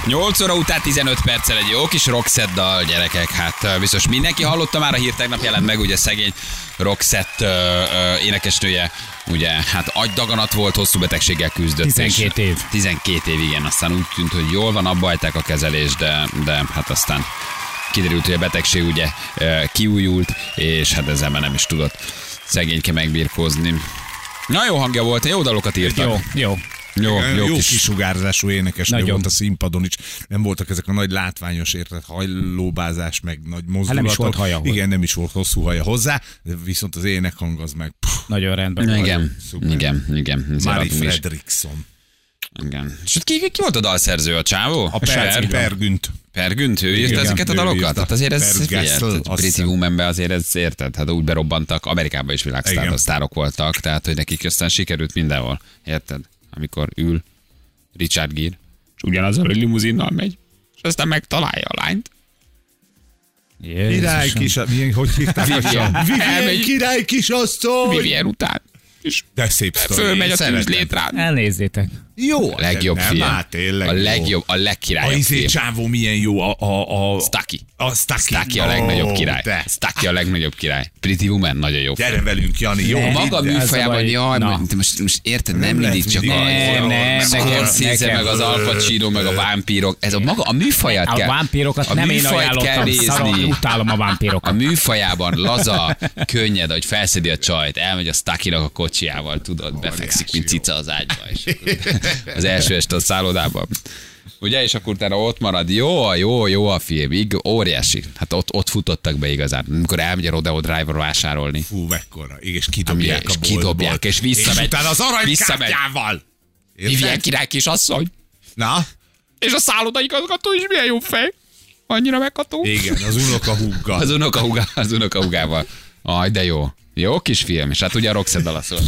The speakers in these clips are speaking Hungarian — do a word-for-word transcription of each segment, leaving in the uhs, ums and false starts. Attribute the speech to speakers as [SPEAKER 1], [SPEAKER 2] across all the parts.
[SPEAKER 1] nyolc óra után tizenöt perccel egy jó kis Roxette dal, gyerekek. Hát biztos mindenki hallotta már, a hír tegnap jelent meg, ugye szegény Roxette ö, ö, énekesnője, ugye hát agydaganat volt, hosszú betegséggel küzdött.
[SPEAKER 2] tizenkét év.
[SPEAKER 1] tizenkét év, igen. Aztán úgy tűnt, hogy jól van, abba hagyták a kezelést, de, de hát aztán kiderült, hogy a betegség ugye kiújult, és hát ezzel már nem is tudott szegényke megbirkózni. Na, jó hangja volt, jó dalokat írtak.
[SPEAKER 2] Jó, jó.
[SPEAKER 3] Jó, jó, jó
[SPEAKER 4] kis...
[SPEAKER 3] kisugárzású énekesnő
[SPEAKER 2] Nagyon.
[SPEAKER 3] volt a színpadon is. Nem voltak ezek a nagy látványos érted hajlóbázás, meg nagy mozdulatok.
[SPEAKER 2] Hát nem is volt haja.
[SPEAKER 3] Igen, nem is volt hosszú haja hozzá, viszont az énekhang az meg... Pff,
[SPEAKER 2] Nagyon rendben.
[SPEAKER 1] Igen,
[SPEAKER 3] Szuper.
[SPEAKER 1] igen, igen.
[SPEAKER 3] Mari Fredriksson.
[SPEAKER 1] Igen. És ki, ki volt a dalszerző, a csávó?
[SPEAKER 3] A Per, Pergünt.
[SPEAKER 1] Pergünt, ő írta
[SPEAKER 3] Igen,
[SPEAKER 1] ezeket a
[SPEAKER 3] ő
[SPEAKER 1] dalokat?
[SPEAKER 3] írta.
[SPEAKER 1] Tehát azért ez
[SPEAKER 3] Per Gessel,
[SPEAKER 1] figyelj,
[SPEAKER 3] azt
[SPEAKER 1] Pretty
[SPEAKER 3] hiszem.
[SPEAKER 1] Womanbe azért ez érted, hát úgy berobbantak, Amerikában is világsztárok
[SPEAKER 3] Igen.
[SPEAKER 1] sztárok voltak, tehát hogy nekik aztán sikerült mindenhol, érted? Amikor ül Richard Gere, és ugyanazzal a limuzinnal megy, és aztán megtalálja a lányt.
[SPEAKER 3] Király kis... Milyen, hogy hívták?
[SPEAKER 1] Vivian.
[SPEAKER 3] Vivian
[SPEAKER 1] Elmegy.
[SPEAKER 3] király kisasszony!
[SPEAKER 1] Vivian után, és
[SPEAKER 3] De szép sztori.
[SPEAKER 1] fölmegy a
[SPEAKER 3] Szeretem.
[SPEAKER 1] tűzlét rád.
[SPEAKER 2] Elnézzétek.
[SPEAKER 3] Jó,
[SPEAKER 1] A legjobb
[SPEAKER 3] nem,
[SPEAKER 1] film.
[SPEAKER 3] Hát, tényleg
[SPEAKER 1] a
[SPEAKER 3] jó.
[SPEAKER 1] legjobb, a
[SPEAKER 3] A
[SPEAKER 1] legkirályabb
[SPEAKER 3] izé
[SPEAKER 1] film.
[SPEAKER 3] csávó milyen jó, a... a, a
[SPEAKER 1] Stucky.
[SPEAKER 3] A Stucky.
[SPEAKER 1] Stucky a legnagyobb
[SPEAKER 3] Ó,
[SPEAKER 1] király.
[SPEAKER 3] de.
[SPEAKER 1] Stucky a legnagyobb király. Pretty Woman nagyon jó film.
[SPEAKER 3] Gyere velünk, Jani, jó?
[SPEAKER 2] Ne.
[SPEAKER 1] A maga
[SPEAKER 2] De ez a
[SPEAKER 1] műfajában,
[SPEAKER 2] baj-
[SPEAKER 1] jaj,
[SPEAKER 2] Na.
[SPEAKER 1] de most, most érted, nem,
[SPEAKER 3] Nem
[SPEAKER 1] mindig
[SPEAKER 3] lehet
[SPEAKER 1] csak
[SPEAKER 3] mindig.
[SPEAKER 1] a
[SPEAKER 2] Nem, nem,
[SPEAKER 1] Scorsese,
[SPEAKER 2] nekem-
[SPEAKER 1] meg az Al Pacino, meg a vámpírok. Ez a maga, a műfaját
[SPEAKER 2] A
[SPEAKER 1] kell.
[SPEAKER 2] vámpírokat
[SPEAKER 1] a
[SPEAKER 2] nem én
[SPEAKER 1] műfajt kell
[SPEAKER 2] ajánlottam, szarok,
[SPEAKER 1] nézni.
[SPEAKER 2] utálom a
[SPEAKER 1] A
[SPEAKER 2] vámpírokat.
[SPEAKER 1] műfajában laza, könnyed, hogy felszedi a csajt, elmegy a Stuckynak a kocsiával, tudod, befekszik, mint cica az ágyba, és akkor az első este a szállodában. Ugye, és akkor utána ott marad, jó, jó, jó a film, ig- óriási. Hát ott, ott futottak be igazán. Amikor elmegy a Rodeo Driver vásárolni.
[SPEAKER 3] Fú, mekkora. És kidobják
[SPEAKER 1] És
[SPEAKER 3] a boltból.
[SPEAKER 1] kidobják, és visszamegy.
[SPEAKER 3] És utána az
[SPEAKER 1] Visszamegy.
[SPEAKER 3] aranykártyával.
[SPEAKER 1] Vivian király kisasszony.
[SPEAKER 3] Na?
[SPEAKER 1] És a szállodaigazgató is milyen jó fej. Annyira megható.
[SPEAKER 3] Igen, az unokahúggal.
[SPEAKER 1] Az unokahúgá, az unokahúgával. Aj, de jó. Jó kis film, és hát ugye a Roxette dala szól.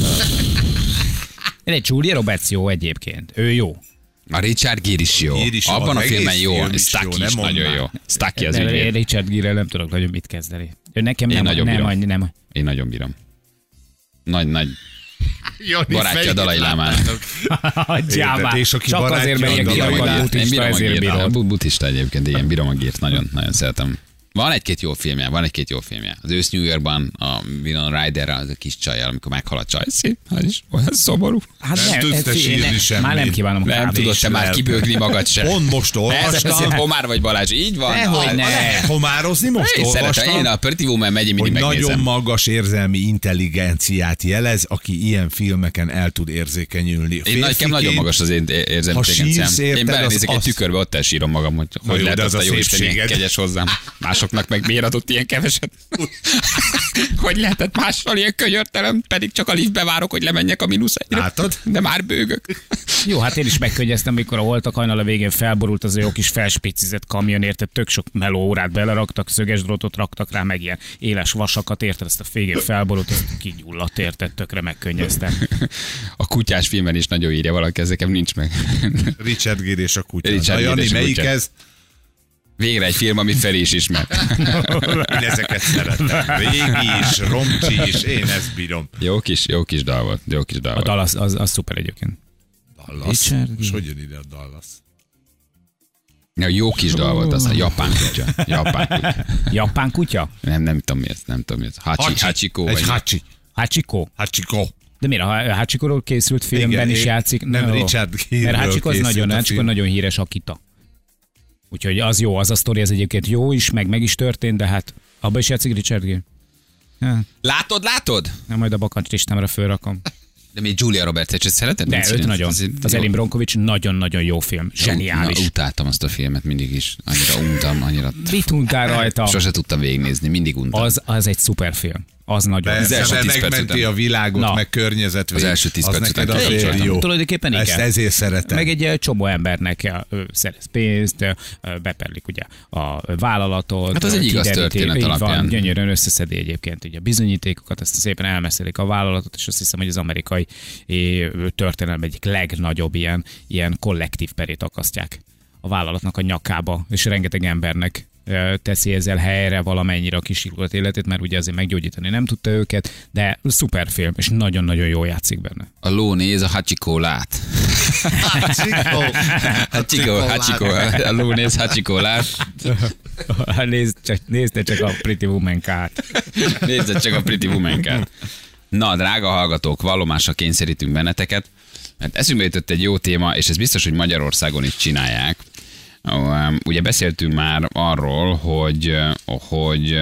[SPEAKER 2] Egy Julia Roberts jó egyébként. Ő jó.
[SPEAKER 1] A Richard Gere is jó.
[SPEAKER 3] Gere is jó,
[SPEAKER 1] Abban a
[SPEAKER 3] az
[SPEAKER 1] filmben
[SPEAKER 3] egész
[SPEAKER 1] jó.
[SPEAKER 3] film is
[SPEAKER 1] Stucky
[SPEAKER 3] jó,
[SPEAKER 1] is
[SPEAKER 3] nem
[SPEAKER 1] nagyon
[SPEAKER 3] mondd
[SPEAKER 1] jó.
[SPEAKER 3] már.
[SPEAKER 1] Stucky az
[SPEAKER 2] De
[SPEAKER 1] ügyvéd.
[SPEAKER 2] Richard Gere-rel nem tudok nagyon mit kezdeni. Ő nekem
[SPEAKER 1] Én
[SPEAKER 2] nem,
[SPEAKER 1] nagyon
[SPEAKER 2] nem,
[SPEAKER 1] bírom.
[SPEAKER 2] annyi, nem.
[SPEAKER 1] Én nagyon bírom. Nagy, nagy
[SPEAKER 3] Jani
[SPEAKER 1] barátja a
[SPEAKER 3] fejét
[SPEAKER 1] Dalai Lámának.
[SPEAKER 3] láttátok.
[SPEAKER 2] Gyává.
[SPEAKER 3] És aki
[SPEAKER 2] Csak
[SPEAKER 3] barátja
[SPEAKER 2] azért, mert
[SPEAKER 3] a
[SPEAKER 2] ilyen
[SPEAKER 3] Dalai
[SPEAKER 2] kirak
[SPEAKER 3] Lámának.
[SPEAKER 2] a
[SPEAKER 1] Én
[SPEAKER 2] buddhista,
[SPEAKER 1] bírom a
[SPEAKER 2] ezért
[SPEAKER 1] Gere-t.
[SPEAKER 2] bírod.
[SPEAKER 1] Bu- Buddhista egyébként, igen, bírom a Gere-t. Nagyon, nagyon szeretem. Van egy-két jó filmje, van egy-két jó filmje. Az ősz New Yorkban a Winona Ryderrel, az a kis csajjal, amikor meghal a csaj. Szép, az is olyan szomorú.
[SPEAKER 2] Hát
[SPEAKER 3] Nem
[SPEAKER 2] nem,
[SPEAKER 3] tudsz
[SPEAKER 2] ez-
[SPEAKER 3] te
[SPEAKER 2] én
[SPEAKER 3] sírni
[SPEAKER 2] ne-
[SPEAKER 3] semmit.
[SPEAKER 2] Már nem kívánom a
[SPEAKER 1] Nem
[SPEAKER 2] kávét.
[SPEAKER 1] tudod te már
[SPEAKER 3] lelkem.
[SPEAKER 1] kibőgni magad se.
[SPEAKER 3] Pont most
[SPEAKER 1] Ez
[SPEAKER 3] olvastam.
[SPEAKER 1] azért Homár vagy Balázs, így van.
[SPEAKER 2] Dehogy
[SPEAKER 1] A-
[SPEAKER 2] ne.
[SPEAKER 3] Lehet homározni, most
[SPEAKER 1] Én szeretem,
[SPEAKER 3] olvastam.
[SPEAKER 1] én a Pretty Woman megy, mindig
[SPEAKER 3] hogy
[SPEAKER 1] megnézem.
[SPEAKER 3] nagyon magas érzelmi intelligenciát jelez, aki ilyen filmeken el tud érzékenyülni.
[SPEAKER 1] Én nekem
[SPEAKER 3] Férfiként-
[SPEAKER 1] nagyon magas az én érzelmi
[SPEAKER 3] Ha
[SPEAKER 1] intelligenciám.
[SPEAKER 3] sírsz,
[SPEAKER 1] Én
[SPEAKER 3] érted,
[SPEAKER 1] belenézek
[SPEAKER 3] az
[SPEAKER 1] egy
[SPEAKER 3] azt-
[SPEAKER 1] tükörbe, ott elsírom magam, hogy hogy
[SPEAKER 3] jó,
[SPEAKER 1] lehet
[SPEAKER 3] de az
[SPEAKER 1] azt a
[SPEAKER 3] a
[SPEAKER 1] jó Isten ilyen
[SPEAKER 3] szépséged.
[SPEAKER 1] kegyes hozzám. Másoknak meg miért adott ilyen keveset? Hogy lehetett mással ilyen könyörtelem, pedig csak a liftbe várok, hogy lemenjek a mínusz egyre.
[SPEAKER 3] Látod?
[SPEAKER 1] De már bőgök.
[SPEAKER 2] Jó, hát én is megkönnyeztem, amikor a holtak hajnal a végén felborult az a jó kis felspicizett kamion, érted, tök sok meló órát beleraktak, szöges drótot raktak rá, meg ilyen éles vasakat, érted, ezt a végén felborult, azt kigyulladt, érted, tökre megkönnyeztem.
[SPEAKER 1] A kutyás filmben is nagyon írja valaki, ez nekem nincs meg.
[SPEAKER 3] Richard Gere és a kutya.
[SPEAKER 1] Richard
[SPEAKER 3] Na,
[SPEAKER 1] Gere
[SPEAKER 3] Jani,
[SPEAKER 1] és a
[SPEAKER 3] melyik
[SPEAKER 1] kutya.
[SPEAKER 3] ez?
[SPEAKER 1] Végre egy film, amit Feri is ismer.
[SPEAKER 3] Én ezeket szeretem. Régi is, romcsi is, én ezt bírom.
[SPEAKER 1] Jó kis, jó kis dal volt. Jó kis dal
[SPEAKER 2] A
[SPEAKER 1] volt.
[SPEAKER 2] dal az, az, az szuper egyébként.
[SPEAKER 3] Dallas.
[SPEAKER 2] Richard
[SPEAKER 3] És
[SPEAKER 2] Gere.
[SPEAKER 3] hogy jön ide a Dallas?
[SPEAKER 1] Ja, jó kis dal volt, az a japán kutya. Japán kutya.
[SPEAKER 2] Japán kutya?
[SPEAKER 1] Nem, nem tudom mi ez, nem tudom mi ez. Hachi, Hachiko.
[SPEAKER 3] Egy
[SPEAKER 1] vagy-
[SPEAKER 3] Hachi.
[SPEAKER 2] Hachiko?
[SPEAKER 3] Hachiko.
[SPEAKER 2] De miért? A Hachikoról készült filmben
[SPEAKER 3] Igen,
[SPEAKER 2] is
[SPEAKER 3] én-
[SPEAKER 2] játszik?
[SPEAKER 3] nem,
[SPEAKER 2] Ó.
[SPEAKER 3] Richard Gere-ről
[SPEAKER 2] Mert Hachiko az
[SPEAKER 3] készült
[SPEAKER 2] nagyon,
[SPEAKER 3] a
[SPEAKER 2] Hachiko
[SPEAKER 3] film.
[SPEAKER 2] nagyon híres Akita. Úgyhogy az jó, az a sztori, ez egyébként jó is, meg meg is történt, de hát abban is játszik Richard Gere. Ja,
[SPEAKER 1] Látod, látod?
[SPEAKER 2] nem, majd a bakancs listámra fölrakom.
[SPEAKER 1] De még Julia Roberts-et szereted?
[SPEAKER 2] De
[SPEAKER 1] Nincs
[SPEAKER 2] őt
[SPEAKER 1] ilyen?
[SPEAKER 2] nagyon.
[SPEAKER 1] Ez-
[SPEAKER 2] Az
[SPEAKER 1] jó.
[SPEAKER 2] Erin Brockovich nagyon-nagyon jó film. Zseniális.
[SPEAKER 1] Na, utáltam azt a filmet mindig is. Annyira untam, annyira...
[SPEAKER 2] Mit untál rajta?
[SPEAKER 1] Sose tudtam végignézni, mindig untam.
[SPEAKER 2] Az, az egy szuper film. Az nagyon.
[SPEAKER 3] Persze,
[SPEAKER 1] első
[SPEAKER 3] mert
[SPEAKER 1] tíz perc
[SPEAKER 3] megmenti
[SPEAKER 1] után.
[SPEAKER 3] a világot,
[SPEAKER 2] Na.
[SPEAKER 3] meg környezetvéd.
[SPEAKER 1] Az első tíz
[SPEAKER 3] Az
[SPEAKER 1] perc
[SPEAKER 3] neked
[SPEAKER 1] után
[SPEAKER 3] azért
[SPEAKER 1] kikapcsoltam.
[SPEAKER 3] jó.
[SPEAKER 2] Tulajdonképpen igen.
[SPEAKER 3] Ezt ezért szeretem.
[SPEAKER 2] Meg egy eh, csomó embernek eh, ő szerez pénzt, eh, beperlik ugye a vállalatot.
[SPEAKER 1] Hát az egy
[SPEAKER 2] eh,
[SPEAKER 1] igaz
[SPEAKER 2] kideríti,
[SPEAKER 1] történet
[SPEAKER 2] így
[SPEAKER 1] alapján.
[SPEAKER 2] Van, gyönyörűen összeszedi egyébként ugye a bizonyítékokat, aztán szépen elmeszelik a vállalatot, és azt hiszem, hogy az amerikai eh, történelem egyik legnagyobb ilyen, ilyen kollektív perét akasztják a vállalatnak a nyakába, és rengeteg embernek teszi ezzel helyre valamennyire a kísérlet életét, mert ugye azért meggyógyítani nem tudta őket, de szuper film, és nagyon-nagyon jól játszik benne.
[SPEAKER 1] A ló néz a Hachiko lát.
[SPEAKER 3] Hachiko.
[SPEAKER 1] Hachiko, Hachiko. A ló néz Hachiko lát.
[SPEAKER 2] Nézd csak, nézd csak a Pretty Woman-kát.
[SPEAKER 1] Nézd csak a Pretty Woman-kát. Na, drága hallgatók, vallomásra kényszerítünk benneteket, mert eszünkbe jutott egy jó téma, és ez biztos, hogy Magyarországon is csinálják. Ugye beszéltünk már arról, hogy, hogy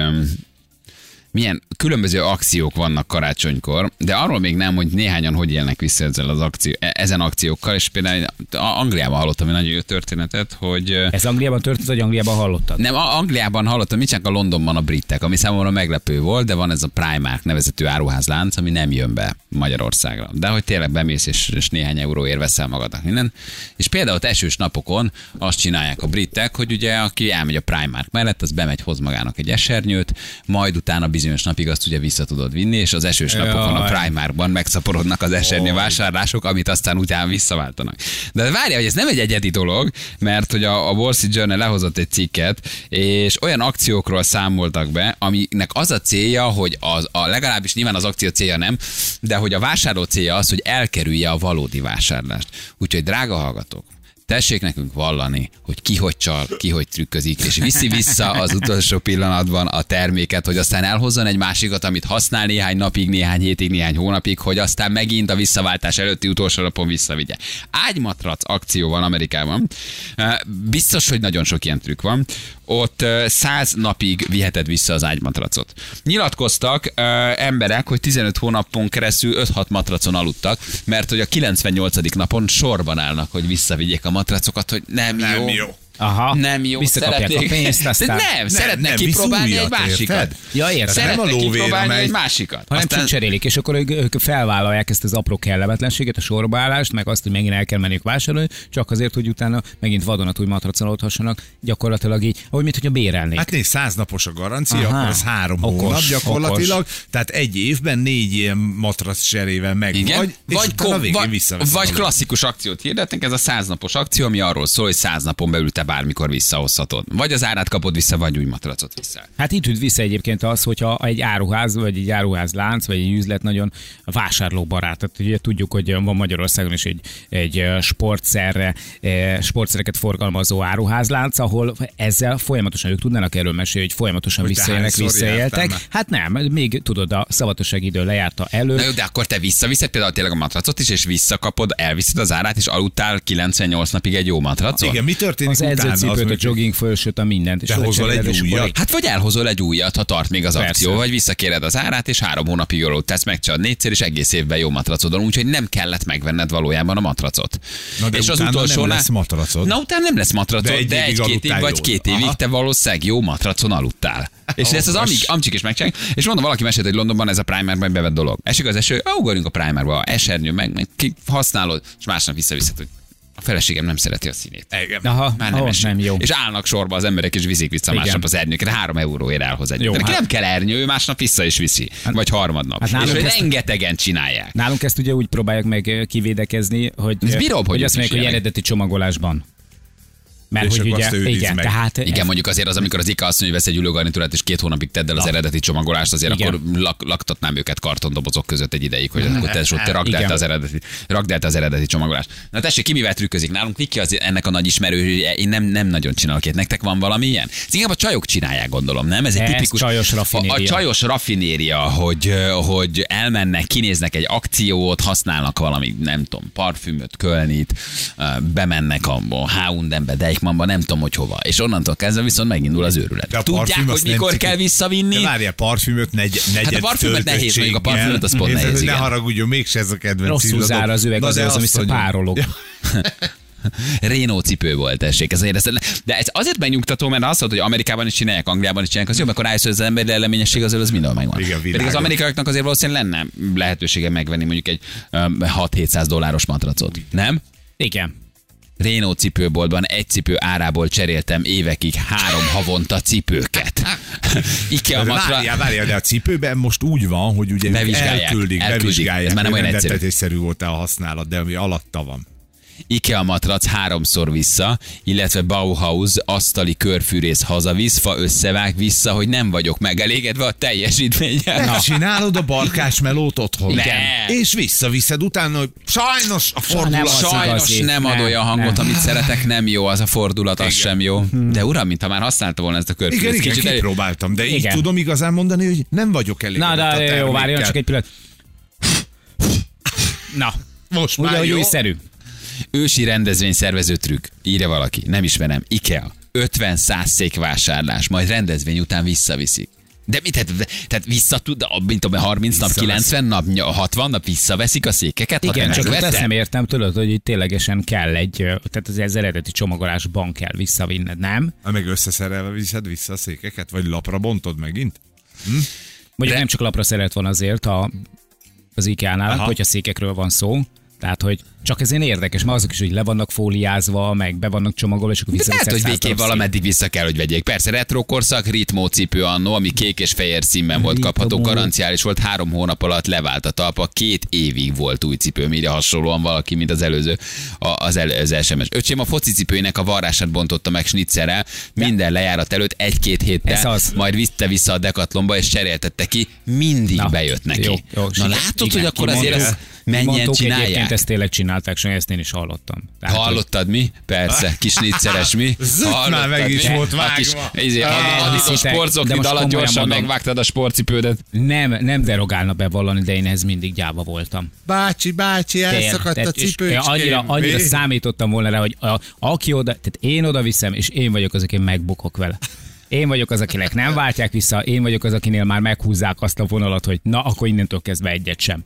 [SPEAKER 1] milyen különböző akciók vannak karácsonykor, de arról még nem, hogy néhányan hogy élnek vissza ezzel az akció, ezen akciókkal, és például Angliában hallottam egy nagyon jó történetet, hogy...
[SPEAKER 2] Ez Angliában történt, vagy Angliában hallottad?
[SPEAKER 1] Nem, Angliában hallottam, mit csak a Londonban a britek, ami számomra meglepő volt, de van ez a Primark nevezetű áruházlánc, ami nem jön be Magyarországra. De hogy tényleg bemész, és, és néhány euróért veszel magadnak minden. És például ott esős napokon azt csinálják a britek, hogy ugye aki elmegy a Primark mellett, az bemegy, hoz magának egy esernyőt, majd utána bizonyos napig azt ugye vissza tudod vinni, és az esős napokon a Primarkban megszaporodnak az esernyő vásárlások, amit aztán utána visszaváltanak. De várja, hogy ez nem egy egyedi dolog, mert hogy a, a Wall Street Journal lehozott egy cikket, és olyan akciókról számoltak be, aminek az a célja, hogy az, a, legalábbis nyilván az akció célja nem, de hogy a vásárló célja az, hogy elkerülje a valódi vásárlást. Úgyhogy drága hallgatók, tessék nekünk vallani, hogy ki hogy csal, ki hogy trükközik, és viszi vissza az utolsó pillanatban a terméket, hogy aztán elhozzon egy másikat, amit használ néhány napig, néhány hétig, néhány hónapig, hogy aztán megint a visszaváltás előtti utolsó napon visszavigye. Ágymatrac akció van Amerikában. Biztos, hogy nagyon sok ilyen trükk van. Ott száz napig viheted vissza az ágymatracot. Nyilatkoztak ö, emberek, hogy tizenöt hónapon keresztül öt-hat matracon aludtak, mert hogy a kilencvennyolcadik napon sorban állnak, hogy visszavigyék a matracokat, hogy nem,
[SPEAKER 3] nem
[SPEAKER 1] jó.
[SPEAKER 3] jó.
[SPEAKER 2] Aha,
[SPEAKER 1] nem jó,
[SPEAKER 2] visszakapják a pénzt, aztán...
[SPEAKER 1] De nem, nem, szeretnek
[SPEAKER 3] nem,
[SPEAKER 1] kipróbálni egy
[SPEAKER 3] újat,
[SPEAKER 1] másikat.
[SPEAKER 3] Érted?
[SPEAKER 2] Ja, érted.
[SPEAKER 1] Szeretnek
[SPEAKER 3] Nem a lóvér,
[SPEAKER 1] kipróbálni
[SPEAKER 3] amely...
[SPEAKER 1] egy másikat.
[SPEAKER 2] hanem
[SPEAKER 1] Aztán...
[SPEAKER 2] csak cserélik, és akkor ők felvállalják ezt az apró kellemetlenséget, a sorbaállást, meg azt, hogy megint el kell menniük vásárolni, csak azért, hogy utána megint vadonatúj matracon aludhassanak, gyakorlatilag így, ahogy mint hogyha bérelnék.
[SPEAKER 3] Hát nézd, száz napos a garancia,
[SPEAKER 2] Aha.
[SPEAKER 3] akkor ez három
[SPEAKER 2] Okos,
[SPEAKER 3] hónap gyakorlatilag,
[SPEAKER 2] okos.
[SPEAKER 3] tehát egy évben négy ilyen matrac cserével meg
[SPEAKER 1] Igen?
[SPEAKER 3] vagy, és
[SPEAKER 1] vagy,
[SPEAKER 3] utána a végén
[SPEAKER 1] vagy,
[SPEAKER 3] visszaveszed
[SPEAKER 1] vagy
[SPEAKER 3] a
[SPEAKER 1] klasszikus akciót hirdetnek, ez a száznapos akció, ami arról szól, hogy száz napon belül te bármikor visszahozhatod. Vagy az árát kapod vissza, vagy új matracot vissza.
[SPEAKER 2] Hát itt üt vissza egyébként az, hogyha egy áruház, vagy egy áruházlánc, vagy egy üzlet nagyon vásárlóbarát. Tehát ugye tudjuk, hogy van Magyarországon is egy, egy sportszerre, sportszereket forgalmazó áruházlánc, ahol ezzel folyamatosan, ők tudnának erről mesélni, hogy folyamatosan
[SPEAKER 3] hogy
[SPEAKER 2] visszaélnek, visszaéltek. Hát nem, még tudod, a szabadsági idő lejárta elő.
[SPEAKER 1] Na jó, de akkor te visszaviszed például tényleg a matracot is, és visszakapod, elviszed az árát, és aludtál kilencvennyolc napig egy jó matracon?
[SPEAKER 3] Igen, mi történik
[SPEAKER 2] az
[SPEAKER 3] utána?
[SPEAKER 2] edzőcipőt, a jogging fölsőt, a mindent. És
[SPEAKER 3] de hozol egy újat?
[SPEAKER 1] Hát vagy elhozol egy újat, ha tart még az
[SPEAKER 2] Persze.
[SPEAKER 1] akció, vagy visszakéred az árát, és három hónapig jól tesz, megcsinálod négyszer, és egész évben jó matracodon, úgyhogy nem kellett megvenned valójában a matracot.
[SPEAKER 3] Na de
[SPEAKER 1] és az
[SPEAKER 3] utána
[SPEAKER 1] utolsó
[SPEAKER 3] nem lesz matracod.
[SPEAKER 1] Na utána nem lesz matracod,
[SPEAKER 3] De egy
[SPEAKER 1] de
[SPEAKER 3] évig
[SPEAKER 1] egy-két év
[SPEAKER 3] aludtál
[SPEAKER 1] vagy
[SPEAKER 3] jól.
[SPEAKER 1] két évig
[SPEAKER 3] Aha.
[SPEAKER 1] te valószínűleg jó matracon aludtál. És ezt az amik, amcsik is megcsinálják. És mondom, valaki mesélt, hogy Londonban ez a Primarkban bevett dolog. Esik az eső, ugorjunk a Primarkba, esernyő, meg, meg ki használod, és másnap visszaviszed, hogy a feleségem nem szereti a színét.
[SPEAKER 3] Igen.
[SPEAKER 2] Aha,
[SPEAKER 1] Már nem,
[SPEAKER 2] oh,
[SPEAKER 1] esik.
[SPEAKER 2] nem jó.
[SPEAKER 1] És állnak sorba az emberek, és viszik vissza
[SPEAKER 2] Igen.
[SPEAKER 1] másnap az ernyőket. Három euróért elhoz egy.
[SPEAKER 2] Jó,
[SPEAKER 1] Neki
[SPEAKER 2] hát-
[SPEAKER 1] nem kell ernyő, ő másnap vissza is viszi. Vagy harmadnap.
[SPEAKER 2] hát
[SPEAKER 1] és
[SPEAKER 2] nálunk
[SPEAKER 1] hogy
[SPEAKER 2] ezt-
[SPEAKER 1] rengetegen csinálják.
[SPEAKER 2] Nálunk ezt ugye úgy próbálják meg kivédekezni, hogy,
[SPEAKER 1] Ez bírom, hogy
[SPEAKER 2] hogy
[SPEAKER 1] ők
[SPEAKER 2] azt
[SPEAKER 1] is
[SPEAKER 2] mondják, hogy
[SPEAKER 1] ilyenek.
[SPEAKER 2] eredeti csomagolásban. Mert
[SPEAKER 3] És
[SPEAKER 2] hogy
[SPEAKER 3] akkor
[SPEAKER 2] ugye,
[SPEAKER 3] azt ő őriz
[SPEAKER 2] igen,
[SPEAKER 3] meg.
[SPEAKER 2] tehát
[SPEAKER 1] Igen, mondjuk azért az, amikor az IKEA azt mondja, hogy vesz egy ülőgarnitúrát, és két hónapig tedd el az
[SPEAKER 2] Na.
[SPEAKER 1] eredeti csomagolást, azért
[SPEAKER 2] Igen.
[SPEAKER 1] akkor lak, laktatnám őket kartondobozok között egy ideig, hogy akkor te, te rakd el
[SPEAKER 2] Igen.
[SPEAKER 1] te az eredeti, rakd el te az eredeti csomagolást. Na tessék, ki mivel trükközik nálunk? Viki az ennek a nagy ismerő, én nem, nem nagyon csinálok ilyet. Nektek van valami ilyen? Ez inkább a csajok csinálják, gondolom, nem? Ez egy
[SPEAKER 2] Ez
[SPEAKER 1] tipikus
[SPEAKER 2] csajos
[SPEAKER 1] a, a
[SPEAKER 2] raffinéria.
[SPEAKER 1] csajos raffinéria, hogy, hogy elmennek, kinéznek egy akciót, használnak valami, nem tudom, parfümöt, kölnit, bemennek a há és em-be, Deichmannba, nem tudom, hogy hova. És onnantól kezdve viszont megindul az őrület.
[SPEAKER 3] De a
[SPEAKER 1] Tudják,
[SPEAKER 3] parfüm
[SPEAKER 1] hogy
[SPEAKER 3] azt nem
[SPEAKER 1] mikor
[SPEAKER 3] ciki.
[SPEAKER 1] kell visszavinni?
[SPEAKER 3] De várjál, parfümöt negy, negyed
[SPEAKER 1] Hát a parfümöt nehéz, mondjuk a parfümöt az pont
[SPEAKER 3] Érted,
[SPEAKER 1] nehéz,
[SPEAKER 3] hogy ne
[SPEAKER 1] igen.
[SPEAKER 3] haragudjon, mégse ez a kedvenc
[SPEAKER 2] rosszul
[SPEAKER 3] illatom.
[SPEAKER 2] zár az üveg,
[SPEAKER 3] Na,
[SPEAKER 2] az
[SPEAKER 3] de
[SPEAKER 2] az, ami
[SPEAKER 3] azt mondja-
[SPEAKER 2] párolog.
[SPEAKER 1] Rénó cipő volt, tessék. Ez azért, de ez azért megnyugtató, mert azt mondod, hogy Amerikában is csinálják, Angliában is csinálják, az jó, akkor rájössz, hogy az emberi leleményesség azért az mindenhol megvan.
[SPEAKER 3] Igen,
[SPEAKER 1] Pedig az
[SPEAKER 3] világos.
[SPEAKER 1] amerikaiaknak azért valószínűleg lenne lehetősége megvenni mondjuk egy um, hat-hétszáz dolláros matracot. Nem?
[SPEAKER 2] Igen.
[SPEAKER 1] Rénó cipőboltban egy cipő árából cseréltem évekig három havonta cipőket. IKEA
[SPEAKER 3] De
[SPEAKER 1] matra...
[SPEAKER 3] Várjál, várjál, de a cipőben most úgy van, hogy ugye ők
[SPEAKER 1] Bevizsgálják,
[SPEAKER 3] elküldik,
[SPEAKER 1] elküldik.
[SPEAKER 3] bevizsgálják,
[SPEAKER 1] Ez már nem
[SPEAKER 3] hogy
[SPEAKER 1] olyan egyszerű.
[SPEAKER 3] rendeltetésszerű volt a használat, de ami alatta van.
[SPEAKER 1] IKEA matrac háromszor vissza, illetve Bauhaus asztali körfűrész hazavisz, fa összevág vissza, hogy nem vagyok megelégedve a teljesítménnyel.
[SPEAKER 3] Na. Csinálod a barkás melót otthon.
[SPEAKER 1] Igen.
[SPEAKER 3] És visszaviszed utána, hogy sajnos a fordulat.
[SPEAKER 2] nem az
[SPEAKER 1] Sajnos
[SPEAKER 2] igazi.
[SPEAKER 1] nem ad
[SPEAKER 2] Nem,
[SPEAKER 1] olyan hangot,
[SPEAKER 2] nem.
[SPEAKER 1] amit szeretek, nem jó, az a fordulat, az sem jó. De uram, mintha már használta volna ezt a
[SPEAKER 3] Igen,
[SPEAKER 1] körfűrészt.
[SPEAKER 3] igen,
[SPEAKER 1] Kicsit elő-
[SPEAKER 3] kipróbáltam, de így
[SPEAKER 2] Igen.
[SPEAKER 3] tudom igazán mondani, hogy nem vagyok elégedett
[SPEAKER 2] Na,
[SPEAKER 3] a
[SPEAKER 2] de jó,
[SPEAKER 3] termékkel.
[SPEAKER 2] várjon csak egy pillanat. Na,
[SPEAKER 3] Most
[SPEAKER 2] ugye,
[SPEAKER 3] már
[SPEAKER 2] hogy
[SPEAKER 3] jó.
[SPEAKER 2] újszerű.
[SPEAKER 1] Ősi rendezvényszervező trükk. Írja valaki. Nem ismerem. IKEA. ötven-száz szék vásárlás, majd rendezvény után visszaviszik. De mit, tehát, tehát vissza tud, mint tudom, harminc nap, kilencven nap, hatvan nap visszaveszik a székeket? ha
[SPEAKER 2] Igen,
[SPEAKER 1] te
[SPEAKER 2] csak
[SPEAKER 1] megvetted?
[SPEAKER 2] azt nem értem, tudod, hogy itt ténylegesen kell egy, tehát az, az eredeti csomagolásban kell visszavinned, nem?
[SPEAKER 3] Ha meg összeszerelve viszed vissza a székeket, vagy lapra bontod megint?
[SPEAKER 2] Mondjuk
[SPEAKER 1] De-
[SPEAKER 2] nem csak lapra szeret van azért a, az IKEA-nál,
[SPEAKER 3] Aha.
[SPEAKER 2] hogyha székekről van szó. Tehát, hogy csak ezért érdekes, mert azok is, hogy le vannak fóliázva, meg be vannak csomagolva, és akkor
[SPEAKER 1] De
[SPEAKER 2] visszaviszed
[SPEAKER 1] lehet, hogy
[SPEAKER 2] száz
[SPEAKER 1] végképp
[SPEAKER 2] darab szék.
[SPEAKER 1] valameddig vissza kell, hogy vegyék. Persze, retro korszak, ritmó cipő annó, ami kék és fehér színben volt
[SPEAKER 2] Ritmó.
[SPEAKER 1] kapható, garanciális volt, három hónap alatt levált a talpa, két évig volt új cipő, ide hasonlóan valaki, mint az előző, a- az, elő, az es em es. Öcsém a focicipőinek a varrását bontotta meg snitzerrel, minden lejárat előtt egy-két
[SPEAKER 2] Ez
[SPEAKER 1] héttel,
[SPEAKER 2] az.
[SPEAKER 1] majd vitte vissza a Decathlonba, és cseréltette ki, mindig
[SPEAKER 2] Na,
[SPEAKER 1] bejött neki.
[SPEAKER 2] jó, jó,
[SPEAKER 1] Na
[SPEAKER 2] siker-
[SPEAKER 1] látod,
[SPEAKER 2] igen,
[SPEAKER 1] hogy akkor azért
[SPEAKER 2] kimondtuk.
[SPEAKER 1] ezt mennyien
[SPEAKER 2] Kimondtuk, egyébként
[SPEAKER 1] csinálják?
[SPEAKER 2] ezt tényleg csinálták, és ezt én is hallottam. Tehát, hogy-
[SPEAKER 1] Hallottad mi? Persze, kis nicceres mi?
[SPEAKER 3] Zöld már
[SPEAKER 1] Hallottad
[SPEAKER 3] meg is
[SPEAKER 1] mi?
[SPEAKER 3] volt
[SPEAKER 1] A kis,
[SPEAKER 3] vágva.
[SPEAKER 1] izé, a, a, a
[SPEAKER 2] Szinte- de
[SPEAKER 1] sportzoknid
[SPEAKER 2] most
[SPEAKER 1] alatt
[SPEAKER 2] komolyan
[SPEAKER 1] gyorsan
[SPEAKER 2] mondom.
[SPEAKER 1] megvágtad a sportcipődet.
[SPEAKER 2] Nem, nem derogálna bevallani, de én ehhez mindig gyáva voltam.
[SPEAKER 3] Bácsi, bácsi, elszakadt a
[SPEAKER 2] Tehát, és
[SPEAKER 3] cipőcském.
[SPEAKER 2] annyira, annyira
[SPEAKER 3] Mi?
[SPEAKER 2] számítottam volna rá, hogy a, aki oda, tehát én oda viszem, és én vagyok az, aki megbukok vele. Én vagyok az, akinek nem váltják vissza, én vagyok az, akinél már meghúzzák azt a vonalat, hogy na, akkor innentől kezdve egyet sem.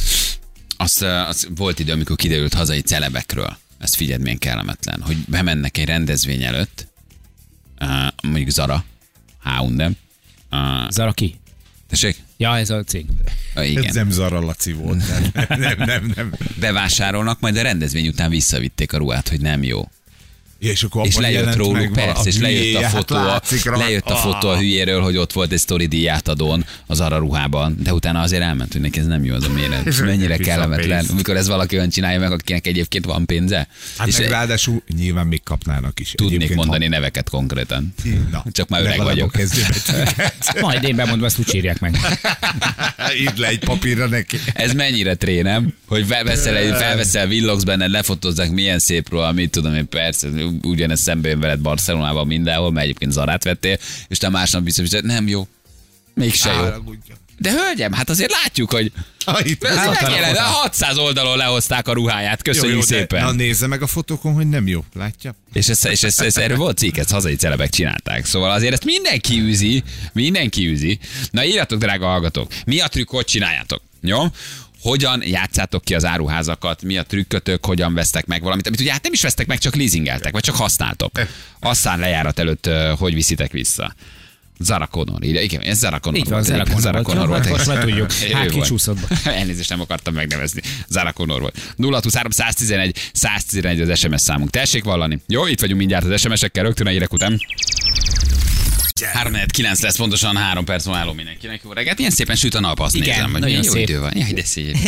[SPEAKER 1] Az, az volt idő, amikor kiderült hazai celebekről. Ezt figyeld, milyen kellemetlen, hogy bemennek egy rendezvény előtt, uh, mondjuk Zara, há és em, uh,
[SPEAKER 2] Zara ki?
[SPEAKER 1] tessék?
[SPEAKER 2] Ja, ez a cég.
[SPEAKER 1] Uh,
[SPEAKER 3] Ez
[SPEAKER 1] igen.
[SPEAKER 3] nem Zara Laci volt. Nem, nem, nem. nem.
[SPEAKER 1] Bevásárolnak, majd a rendezvény után visszavitték a ruhát, hogy nem jó.
[SPEAKER 3] Ja, és akkor
[SPEAKER 1] És
[SPEAKER 3] abban
[SPEAKER 1] lejött
[SPEAKER 3] jelent
[SPEAKER 1] róluk,
[SPEAKER 3] meg vala-
[SPEAKER 1] persze, és lejött a
[SPEAKER 3] hülye,
[SPEAKER 1] fotó,
[SPEAKER 3] hát
[SPEAKER 1] a,
[SPEAKER 3] látszik rajta.
[SPEAKER 1] lejött a fotó a
[SPEAKER 3] Ah.
[SPEAKER 1] hülyéről, hogy ott volt egy sztori díját adón az arra ruhában, de utána azért elment, hogy neki ez nem jó az a méret.
[SPEAKER 3] És
[SPEAKER 1] Mennyire
[SPEAKER 3] vissza a
[SPEAKER 1] kellemetlen,
[SPEAKER 3] pénzt.
[SPEAKER 1] amikor ez valaki olyan csinálja meg, akinek egyébként van pénze.
[SPEAKER 3] Hát
[SPEAKER 1] és
[SPEAKER 3] meg ráadásul nyilván még kapnának is.
[SPEAKER 1] tudnék
[SPEAKER 3] Egyébként,
[SPEAKER 1] mondani neveket konkrétan.
[SPEAKER 3] Na,
[SPEAKER 1] Csak már öreg
[SPEAKER 3] legalább
[SPEAKER 1] vagyok.
[SPEAKER 3] a kezdőbetűket.
[SPEAKER 2] Majd én bemondom, ezt úgy írják meg.
[SPEAKER 3] Írd le egy papírra neki.
[SPEAKER 1] Ez mennyire trénem, hogy felveszel, egy- felveszel, villogsz benned, lefotózzák milyen szép róla, mit tudom én, persze, ugyanez szembe jön veled Barcelonában mindenhol, mert egyébként Zarát vettél, és te másnap biztos, hogy nem jó. Mégse jó.
[SPEAKER 3] Állagudjon.
[SPEAKER 1] De hölgyem, hát azért látjuk, hogy
[SPEAKER 3] Ah, itt
[SPEAKER 1] ez
[SPEAKER 3] hát,
[SPEAKER 1] megjelent, a hatszáz oldalon lehozták a ruháját, köszönjük
[SPEAKER 3] jó, jó, de-
[SPEAKER 1] szépen.
[SPEAKER 3] Na nézze meg a fotókon, hogy nem jó. Látja?
[SPEAKER 1] És, ez, és ez, ez, erről volt cikk, ezt hazai celebek csinálták. Szóval azért ezt mindenki űzi, mindenki űzi. Na írjatok, drága hallgatók, mi a trükk, hogy csináljátok? Jó? Hogyan játszátok ki az áruházakat, mi a trükkötök, hogyan vesztek meg valamit, amit ugye hát nem is vesztek meg, csak leasingeltek, vagy csak használtok. Aztán lejárat előtt uh, hogy viszitek vissza. Zara Connor, ide. Igen, ez Zara Connor
[SPEAKER 2] Így van,
[SPEAKER 1] volt.
[SPEAKER 2] Zara
[SPEAKER 1] egyébként.
[SPEAKER 2] Connor
[SPEAKER 1] Zara
[SPEAKER 2] volt.
[SPEAKER 1] Connor volt.
[SPEAKER 2] Most már tudjuk.
[SPEAKER 1] Ő
[SPEAKER 2] Hát
[SPEAKER 1] volt.
[SPEAKER 2] kicsúszott be.
[SPEAKER 1] Elnézést, nem akartam megnevezni. Zara Connor volt. nulla huszonhárom száztizenegy száztizenegy az es em es számunk. Tessék vallani. Jó, itt vagyunk mindjárt az es em es-ekkel, rögtön a hírek után. három kilenc lesz, pontosan három perc van álló mindenkinek. Jó reggelt, ilyen szépen süt a nap, azt
[SPEAKER 2] Igen,
[SPEAKER 1] nézem, hogy
[SPEAKER 2] nagyon
[SPEAKER 1] jó
[SPEAKER 2] szép.
[SPEAKER 1] idő van. Jaj, de szép.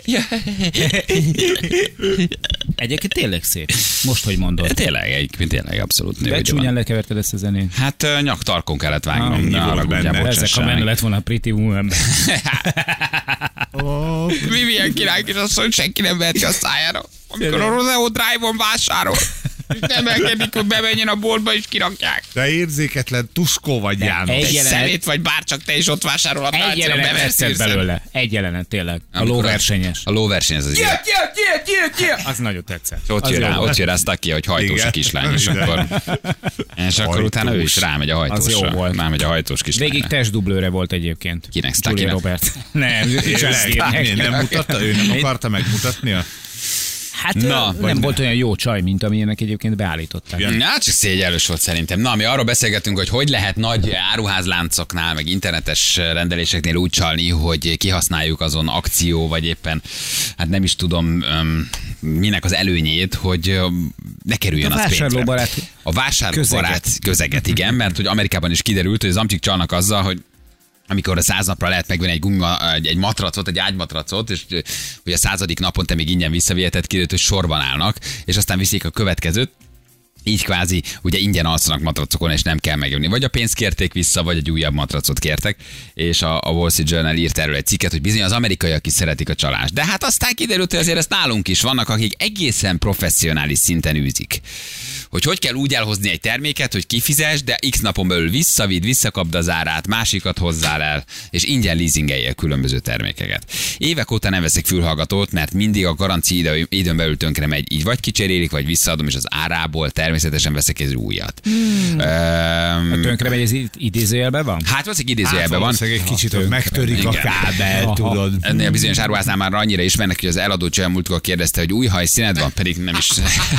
[SPEAKER 2] Egyébként tényleg szép. Most, hogy mondod.
[SPEAKER 1] Tényleg, egyébként tényleg abszolút jó
[SPEAKER 2] De
[SPEAKER 1] idő
[SPEAKER 2] csúnyán
[SPEAKER 1] van.
[SPEAKER 2] lekeverted ezt a zenét.
[SPEAKER 1] Hát ö, nyaktarkon kellett vágnom,
[SPEAKER 2] Ah,
[SPEAKER 1] de
[SPEAKER 3] mi
[SPEAKER 1] arra
[SPEAKER 3] volt
[SPEAKER 1] gondjál,
[SPEAKER 3] benne?
[SPEAKER 2] Ezek, ha benne lett volna a Pretty Woman.
[SPEAKER 1] Mi milyen király kis asszony, senki nem veheti a szájára. Amikor a Rodeo Drive-on vásárol, és nem engedik, hogy bemenjen a boltba és kirakják.
[SPEAKER 3] De érzéketlen tuskó vagy, János.
[SPEAKER 2] egy
[SPEAKER 1] Egy
[SPEAKER 2] jelenet-
[SPEAKER 1] szemét vagy bárcsak te is ott vásárolhatnál,
[SPEAKER 2] Egy
[SPEAKER 1] egyszerűen
[SPEAKER 2] jelenet
[SPEAKER 1] beversz
[SPEAKER 2] tetszett
[SPEAKER 1] ősszel.
[SPEAKER 2] belőle. Egy jelenet tényleg. A
[SPEAKER 1] Amikor
[SPEAKER 2] lóversenyes.
[SPEAKER 1] A lóverseny az az ilyen.
[SPEAKER 2] Az nagyon tetszett.
[SPEAKER 1] Ott
[SPEAKER 2] Az
[SPEAKER 1] jön
[SPEAKER 2] jó
[SPEAKER 1] rá,
[SPEAKER 2] volt.
[SPEAKER 1] ott jön rá Stucky, hogy hajtós
[SPEAKER 3] Igen.
[SPEAKER 1] a kislány, és
[SPEAKER 3] Igen.
[SPEAKER 1] akkor, és akkor utána ő is
[SPEAKER 3] Hajtós.
[SPEAKER 1] rámegy a
[SPEAKER 2] Az jó
[SPEAKER 1] hajtósra.
[SPEAKER 2] volt.
[SPEAKER 1] Rámegy a hajtós kislány.
[SPEAKER 2] Végig testdublőre volt egyébként.
[SPEAKER 1] Kinek,
[SPEAKER 2] Julia
[SPEAKER 1] Stuckynak?
[SPEAKER 2] Robert. Nem,
[SPEAKER 3] Én nem mutatta, ő nem akarta megmutatnia?
[SPEAKER 2] Hát
[SPEAKER 1] Na,
[SPEAKER 2] Na,
[SPEAKER 1] vagy
[SPEAKER 2] nem volt olyan jó csaj, mint amilyenek egyébként beállították.
[SPEAKER 3] Ja.
[SPEAKER 1] Na, csak szégyellős volt szerintem. Na, mi arról beszélgetünk, hogy hogy lehet nagy áruházláncoknál, meg internetes rendeléseknél úgy csalni, hogy kihasználjuk azon akció, vagy éppen, hát nem is tudom, öm, minek az előnyét, hogy öm, ne kerüljön
[SPEAKER 2] A
[SPEAKER 1] az pénzbe.
[SPEAKER 2] vásárlóbarát
[SPEAKER 1] A vásárlóbarát közeget. közeget, igen, mert hogy Amerikában is kiderült, hogy az amcsik csalnak azzal, hogy amikor a száz napra lehet megvenni egy, gumima, egy, egy matracot, egy ágymatracot, és hogy a századik napon te még ingyen visszaviheted, kiderült, hogy sorban állnak, és aztán viszik a következőt. Így kvázi ugye ingyen alszanak matracokon, és nem kell megjönni. Vagy a pénzt kérték vissza, vagy egy újabb matracot kértek, és a, a Wall Street Journal írt erről egy cikket, hogy bizony az amerikaiak is szeretik a csalást. De hát aztán kiderült, hogy azért ezt nálunk is vannak, akik egészen professzionális szinten űzik. Hogy hogy kell úgy elhozni egy terméket, hogy kifizes, de x napon belül visszavidd, visszakapd az árát, másikat hozzál el, és ingyen leasingelje különböző termékeket. Évek óta nem veszek fülhallgatót, mert mindig a garancia idő, időn belül tönkre megy. Így vagy kicserélik, vagy visszaadom, és az árából természetesen veszek egy újat. Hmm. Um,
[SPEAKER 2] tönkre megy, ez idézőjelben van?
[SPEAKER 1] Hát valószínűleg idézőjelben van.
[SPEAKER 3] Egy kicsit, hogy megtörik igen. a kábel, tudod.
[SPEAKER 1] Ennél a bizonyos áruháznál már annyira ismernek, hogy az eladó csaj múltkor kérdezte, hogy új hajszíned van, pedig nem is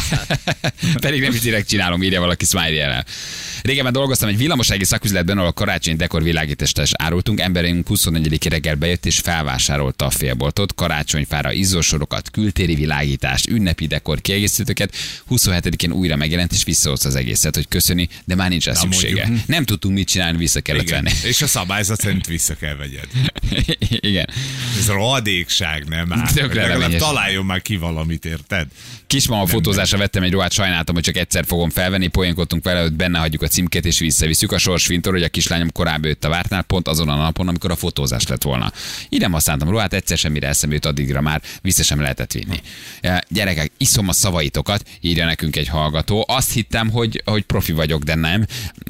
[SPEAKER 1] pedig nem is direkt csinálom, írja valaki smiley-jel. Régebben dolgoztam egy villamosági szaküzletben, ahol a karácsonyi dekor világítást árultunk. Emberünk huszonegyedikén reggel bejött és felvásárolta a félboltot, karácsonyfára izzósorokat, kültéri világítást, ünnepi dekor kiegészítőket. huszonhetedikén újra megjelent és visszahozta az egészet, hogy köszöni, de már nincs rá szüksége. Mondjuk. Nem tudtunk mit csinálni, vissza kellett
[SPEAKER 3] igen.
[SPEAKER 1] venni.
[SPEAKER 3] És a szabályzat szerint vissza kell vegyed.
[SPEAKER 1] Igen.
[SPEAKER 3] Ez rohadékság, nem már. Legalább találjon már ki valamit, érted?
[SPEAKER 1] Kismama fotózásra vettem egy ruhát, sajnáltam, hogy csak egyszer fogom felvenni, poénkodtunk vele, hogy benne hagyjuk a címkét és visszavisszük. A sors fintor, hogy a kislányom korábban jött a vártnál, pont azon a napon, amikor a fotózás lett volna. Így nem használtam ruhát, egyszer semmire eszembe jut, addigra már vissza sem lehetett vinni. Gyerekek, iszom a szavaitokat, írja nekünk egy hallgató. Azt hittem, hogy, hogy profi vagyok, de nem.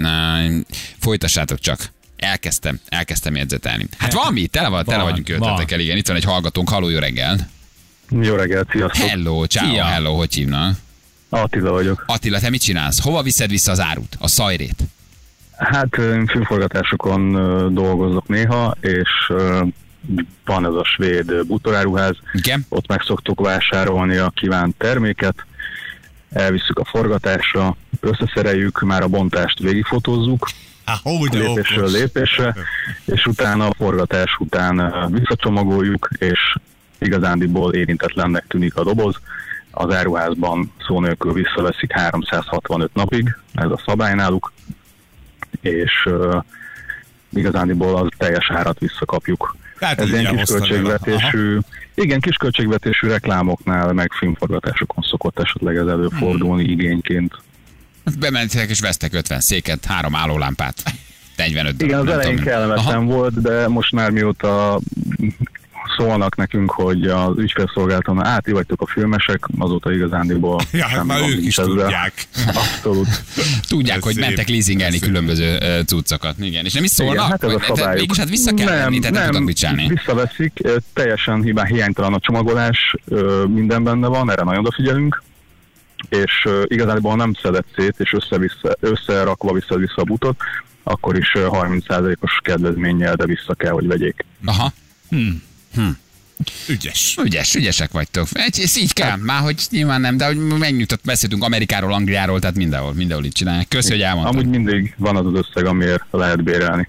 [SPEAKER 1] Folytassátok csak. Elkezdtem, elkezdtem jegyzetelni. Hát valami, tele, van, tele vagyunk ötletekkel, igen. Itt van egy hallgatónk, halló, jó reggel.
[SPEAKER 4] Jó reggelt, sziasztok.
[SPEAKER 1] Hello, ciao, Szia. Hello, hogy hívnak?
[SPEAKER 4] Attila vagyok.
[SPEAKER 1] Attila, te mit csinálsz? Hova viszed vissza az árut, a szajrét?
[SPEAKER 4] Hát én filmforgatásokon dolgozok néha, és van ez a svéd bútoráruház.
[SPEAKER 1] Igen.
[SPEAKER 4] Ott meg szoktuk vásárolni a kívánt terméket, elvisszük a forgatásra, összeszereljük, már a bontást végigfotózzuk,
[SPEAKER 3] Há, hogy
[SPEAKER 4] lépésről lépésre, és utána a forgatás után visszacsomagoljuk, és igazándiból érintetlennek tűnik a doboz. Az áruházban szó nélkül visszaveszik háromszázhatvanöt napig, ez a szabály náluk, és uh, igazándiból az teljes árat visszakapjuk.
[SPEAKER 3] Tehát
[SPEAKER 4] ez ilyen kisköltségvetésű, igen, kisköltségvetésű reklámoknál, meg filmforgatásokon szokott esetleg ez előfordulni hmm. igényként.
[SPEAKER 1] Bementek és vesztek ötven széket, három állólámpát, negyvenöt.
[SPEAKER 4] Igen, az elején kellemetlen volt, de most már mióta szólnak nekünk, hogy az ügyfélszolgálaton áti vagytok a filmesek, azóta igazándiból
[SPEAKER 3] ja, hát már ők is ezzel. Tudják.
[SPEAKER 4] Abszolút.
[SPEAKER 1] Tudják, hogy szép. Mentek leasingelni különböző uh, cuccokat. Igen, és nem is szólnak? Igen,
[SPEAKER 4] hát ez a szabályuk.
[SPEAKER 1] Mégis hát vissza kell venni, tehát nem tudnak mit csinálni.
[SPEAKER 4] Visszaveszik, teljesen hibán, hiánytalan a csomagolás, minden benne van, erre nagyon odafigyelünk, és igazából nem szedett szét, és össze-vissza, összerakva vissza vissza a butot, akkor is harminc százalékos kedvezménnyel, de vissza kell, hogy vegyék.
[SPEAKER 1] Aha. Hmm. Hm.
[SPEAKER 3] Ügyes.
[SPEAKER 1] Ügyes, ügyesek vagytok. Ez így kell, már hogy nyilván nem, de hogy megnyugtat, beszéltünk Amerikáról, Angliáról, tehát mindenhol, mindenhol itt csinálják. Köszi, hogy elmondtad.
[SPEAKER 4] Amúgy mindig van az az összeg, amiért lehet bérelni.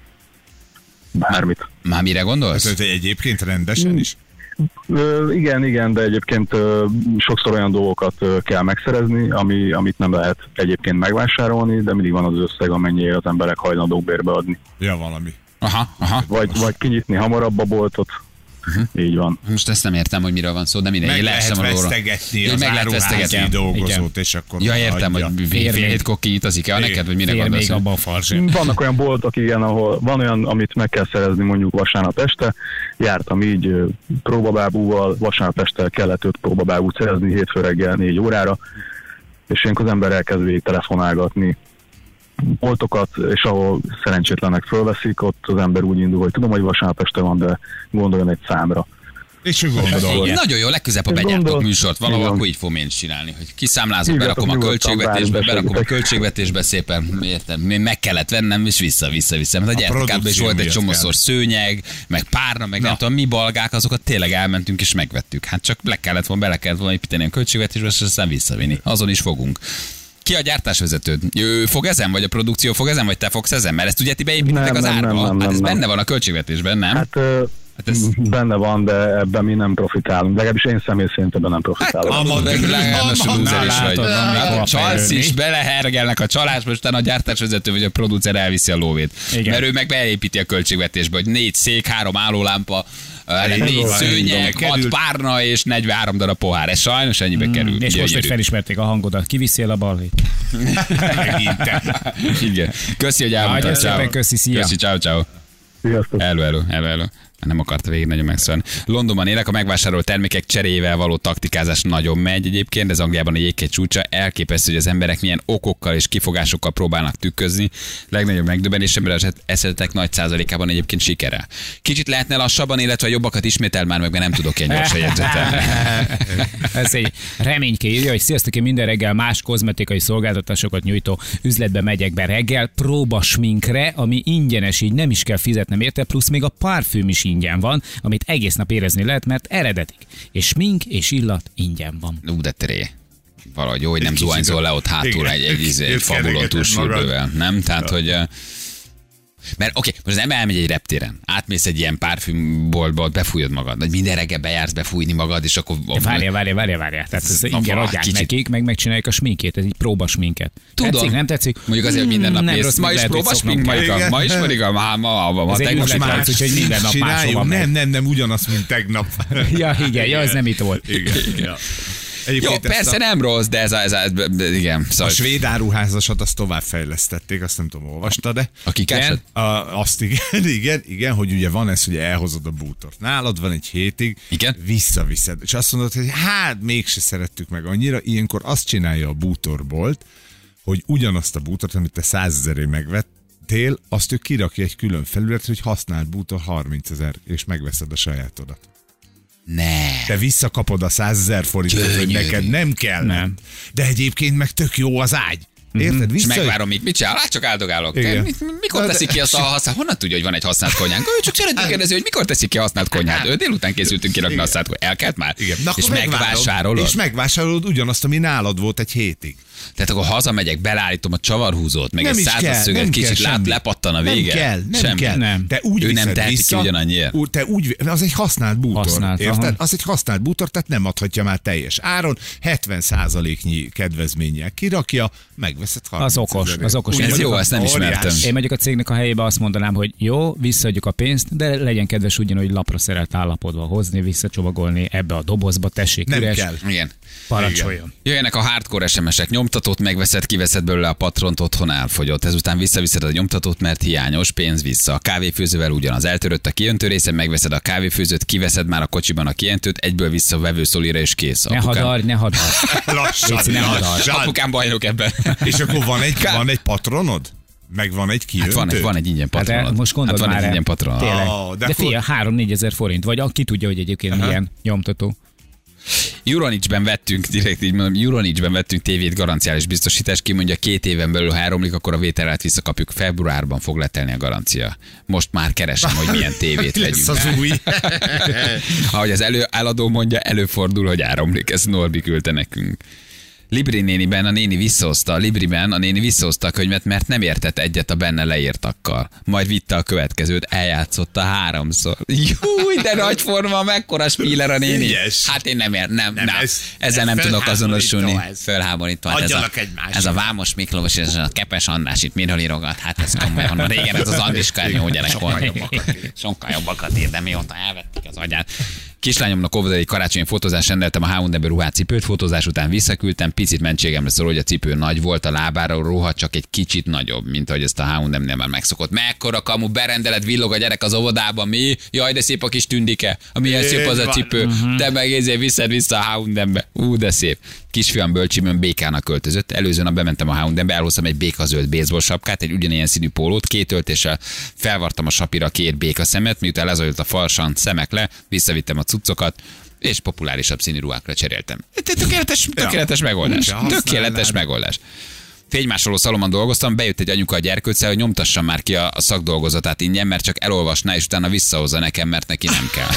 [SPEAKER 4] Bármit.
[SPEAKER 1] Már mire gondolsz?
[SPEAKER 3] Ez egyébként rendesen is?
[SPEAKER 4] Ö, igen, igen, de egyébként ö, sokszor olyan dolgokat ö, kell megszerezni, ami, amit nem lehet egyébként megvásárolni, de mindig van az összeg, amennyiért az emberek hajlandók bérbe adni.
[SPEAKER 3] Ja, valami.
[SPEAKER 1] Aha, aha.
[SPEAKER 4] Vagy, vagy kinyitni hamarabb a boltot. Uh-huh. Így van.
[SPEAKER 1] Most ezt nem értem, hogy miről van szó, de mindegy.
[SPEAKER 3] Meg lehet vesztegetni az áruházi dolgozót, és akkor...
[SPEAKER 1] Ja, értem, adja. Hogy fél hétkor kinyitozik el neked, vagy mire gondolsz?
[SPEAKER 2] Még abban a farsén.
[SPEAKER 4] Vannak olyan boltok, igen, ahol van olyan, amit meg kell szerezni mondjuk vasárnap este. Jártam így próbabábúval, vasárnap este kellett öt próbabábút szerezni hétfő reggel négy órára, és ilyenkor az ember elkezd végig telefonálgatni boltokat, és ahol szerencsétlenek fölveszik, ott az ember úgy indul, hogy tudom, hogy vasárnap este van, de gondoljon egy számra.
[SPEAKER 3] És ő gondol.
[SPEAKER 1] Nagyon jó, legközelebb, ha begyártok műsort valahol, akkor így fogom én csinálni, hogy kiszámlázok, berakom a költségvetésbe, berakom a költségvetésbe szépen, értem, meg kellett vennem, és vissza-vissza-vissza. Mert a, a gyertekádban is volt egy csomószor szőnyeg, meg párna, meg Na. nem tudom, mi balgák, azokat tényleg elmentünk és megvettük. Hát csak le kellett volna, bele kellett volna építeni a költségvetésbe, és aztán visszavinni. Azon is fogunk. Ki a gyártásvezetőd? Ő fog ezen, vagy a produkció fog ezen, vagy te fogsz ezen? Mert ezt ugye ti beépítitek az árba. Hát ez nem, benne van a költségvetésben, nem?
[SPEAKER 4] Hát
[SPEAKER 1] Hát ez...
[SPEAKER 4] Benne van, de ebben mi nem profitálunk. Legalábbis én személy szerint ebben nem profitálok.
[SPEAKER 1] Hát, a legállás lúzer is vagy.
[SPEAKER 2] látod,
[SPEAKER 1] Csalsz is, belehergelnek a csalás, most a gyártásvezető vagy a producer elviszi a lóvét. Igen. Mert ő meg beépíti a költségvetésbe, hogy négy szék, három állólámpa, négy szőnyeg, hat párna és negyvenhárom darab pohár. Ez sajnos ennyibe kerül.
[SPEAKER 2] Mm, és most, hogy felismerték a hangodat, kiviszél a balhét.
[SPEAKER 1] Igen. Köszi, hogy elmondtad.
[SPEAKER 2] Köszi, szia.
[SPEAKER 1] Köszi, ciao, ciao.
[SPEAKER 4] Sziasztok.
[SPEAKER 1] Hello, hello, hello, hello. Nem akarta végig nagyon megszólni. Londonban élek, a megvásárolt termékek cseréjével való taktikázás nagyon megy egyébként, de az Angliában a jéghegy csúcsa. Elképesztő, hogy az emberek milyen okokkal és kifogásokkal próbálnak tükközni. Legnagyobb megdöbbenésemre az esetek nagy százalékában egyébként sikerrel. Kicsit lehetne lassabban, illetve jobbakat ismétel már meg, mert nem tudok ilyen gyorsan jegyzetelni.
[SPEAKER 2] Ez egy reményké írja, hogy sziasztok, én minden reggel más kozmetikai szolgáltatásokat nyújtó üzletbe megyek be reggel, próbasminkre, ami ingyenes, így nem is kell fizetnem érte, plusz még a parfüm is ingyen van, amit egész nap érezni lehet, mert eredetik. És smink és illat ingyen van.
[SPEAKER 1] Ú, de teré. Valahogy jó, hogy nem zuhanyzol le ott hátul egy, egy, egy, egy fabulon túlsúlyból. Nem? Tehát, hogy... Mert oké, okay, most az ember elmegy egy reptéren, átmész egy ilyen parfümboltba, befújod magad, vagy minden reggel bejársz befújni magad, és akkor...
[SPEAKER 2] Várjál, várjál, várjál, várjál. Tehát ez ingyen adják kicsit... nekik, meg megcsinálják a sminkét, ez így próbasminket.
[SPEAKER 1] Tudom.
[SPEAKER 2] Tetszik, nem tetszik?
[SPEAKER 1] Mondjuk azért, hogy minden nap
[SPEAKER 2] nem
[SPEAKER 1] mész. Ma is próbasmink, Marika? Ma is, Marika? Ma, ma, ma, ma,
[SPEAKER 2] ez egy útlát, úgyhogy minden nap máshova megy.
[SPEAKER 3] Nem, nem, nem, ugyanazt, mint tegnap.
[SPEAKER 2] Ja, igen, ja, ez nem itt volt.
[SPEAKER 3] Igen, igen.
[SPEAKER 1] Jó, persze a... nem rossz, de ez a, ez a igen.
[SPEAKER 3] Szóval... A svéd áruházasat azt továbbfejlesztették, azt nem tudom, olvastad, de...
[SPEAKER 1] A kikásat?
[SPEAKER 3] Azt igen, igen, igen, hogy ugye van ez, hogy elhozod a bútort. Nálad van egy hétig,
[SPEAKER 1] igen?
[SPEAKER 3] Visszaviszed. És azt mondod, hogy hát mégse szerettük meg annyira, ilyenkor azt csinálja a bútorbolt, hogy ugyanazt a bútort, amit te százezerért megvettél, azt ő kirakja egy külön felületre, hogy használt bútor harmincezer, és megveszed a sajátodat.
[SPEAKER 1] Ne.
[SPEAKER 3] Te visszakapod a százezer forintot, hogy neked nem kell. Nem. De egyébként meg tök jó az ágy. Érted?
[SPEAKER 1] Vissza... És megvárom, mit, mit csinál? Hát csak áldogálok. Mikor teszik ki azt a használt? Honnan tudja, hogy van egy használt konyhánk? Ő csak szeretném kérdezni, hogy mikor teszik ki a használt konyhát. Ő délután készültünk kirakni a használt konyhát. Elkelt már?
[SPEAKER 3] Igen.
[SPEAKER 1] És megvásárolod.
[SPEAKER 3] És megvásárolod ugyanazt, ami nálad volt egy hétig.
[SPEAKER 1] Tehát akkor hazamegyek, belállítom a csavarhúzót, meg nem egy százaszöget, kicsit lát, lepattan a vége.
[SPEAKER 3] Nem kell, nem
[SPEAKER 1] semmi.
[SPEAKER 3] kell.
[SPEAKER 2] Nem.
[SPEAKER 3] Te úgy
[SPEAKER 1] ő nem teheti
[SPEAKER 3] vissza,
[SPEAKER 1] ki ugyanannyiért.
[SPEAKER 3] Úgy, te úgy, az egy használt bútor.
[SPEAKER 2] Használt,
[SPEAKER 3] érted?
[SPEAKER 2] aha.
[SPEAKER 3] Az egy használt bútor, tehát nem adhatja már teljes áron, hetven százaléknyi kedvezménnyel kirakja, megveszed harminc
[SPEAKER 2] Az okos, az okos.
[SPEAKER 1] Ez jó, ezt nem ismertem.
[SPEAKER 2] Én megyek a cégnek a helyébe, azt mondanám, hogy jó, visszaadjuk a pénzt, de legyen kedves ugyanúgy lapra szerelt állapotba hozni, visszacsomagolni ebbe a dobozba, tessék,
[SPEAKER 3] nem
[SPEAKER 2] üres.
[SPEAKER 3] kell.
[SPEAKER 1] Igen.
[SPEAKER 2] Parancsoljon.
[SPEAKER 1] Jöjjenek a hardcore es em es-ek, nyomtatót megveszed, kiveszed belőle a patront, otthon elfogyott. Ezután visszaviszed a nyomtatót, mert hiányos, pénz vissza. A kávéfőzővel ugyanaz. Eltörött a kiöntő része, megveszed a kávéfőzőt, kiveszed már a kocsiban a kiöntőt, egyből vissza a vevőszolira és kész.
[SPEAKER 2] Ne hadarj, ne hadarj.
[SPEAKER 3] Lassan,
[SPEAKER 2] ne hadarj.
[SPEAKER 1] Apukám bajnok ebben.
[SPEAKER 3] És akkor van egy, van egy patronod? Meg van egy kiöntő?
[SPEAKER 1] Hát van, egy, van egy ingyen patronod.
[SPEAKER 2] Hát most gondold
[SPEAKER 1] hát van
[SPEAKER 2] már
[SPEAKER 1] egy ingyen patronod.
[SPEAKER 2] Tényleg.
[SPEAKER 3] Oh, de
[SPEAKER 2] de
[SPEAKER 3] akkor...
[SPEAKER 2] fia, három-négy ezer forint, vagy aki tudja, hogy egyébként uh-huh. milyen nyomtató.
[SPEAKER 1] Euronics-ben vettünk, direkt így mondom, Euronics-ben vettünk tévét garanciális biztosítást, ki mondja két éven belül, ha elromlik, akkor a vételát visszakapjuk. Februárban fog letelni a garancia. Most már keresem, hogy milyen tévét vegyünk.
[SPEAKER 3] az új.
[SPEAKER 1] Ahogy az elő, eladó mondja, előfordul, hogy elromlik. Ezt Norbi küldte nekünk. Libri néniben a néni visszahozta, a Libriben a néni visszahozta a könyvet, mert nem értett egyet a benne leírtakkal. Majd vitte a következőt, eljátszotta háromszor. Júj, de nagy forma, mekkora spíler a néni.
[SPEAKER 3] Ügyes.
[SPEAKER 1] Hát én nem ér, nem, nem, nem.
[SPEAKER 3] Ez,
[SPEAKER 1] ezzel
[SPEAKER 3] ez
[SPEAKER 1] nem tudok azonosulni.
[SPEAKER 3] Ez.
[SPEAKER 1] Fölháborító. Ez a, ez a Vámos Miklós és a Kepes András itt miről írogat? Hát ez komolyan. Régen ez az Andiska jó gyerek volt. Sokkal jobbakat ír, de mióta elvették az agyát. Kislányomnak óvodai karácsonyi fotózás rendeltem a há és em ruhát, cipőt, fotózás után visszaküldtem, picit mentségemre szól, hogy a cipő nagy volt, a lábára a ruha csak egy kicsit nagyobb, mint ahogy ezt a há és em-nél már megszokott. Mekkora kamu, berendelet, villog a gyerek az óvodában, mi? Jaj, de szép a kis tündike, milyen szép az a cipő, uh-huh. de meg ezért viszed vissza a há és em-be. Ú, de szép. Kisfiam bölcsimön békának költözött. Előző nap bementem a há és em-be, elhoztam egy békazöld baseball sapkát, egy ugyanilyen színű pólót, két öltéssel felvartam a sapira két béka szemet, miután lezajlott a farsan szemek le, visszavittem a cuccokat, és populárisabb színű ruhákra cseréltem. Tökéletes, tökéletes megoldás. Tökéletes megoldás. Fénymásoló szalomban dolgoztam, bejött egy anyuka a gyerkőccel, hogy nyomtassam már ki a, a szakdolgozatát ingyen, mert csak elolvasná, és utána visszahozza nekem, mert neki nem kell.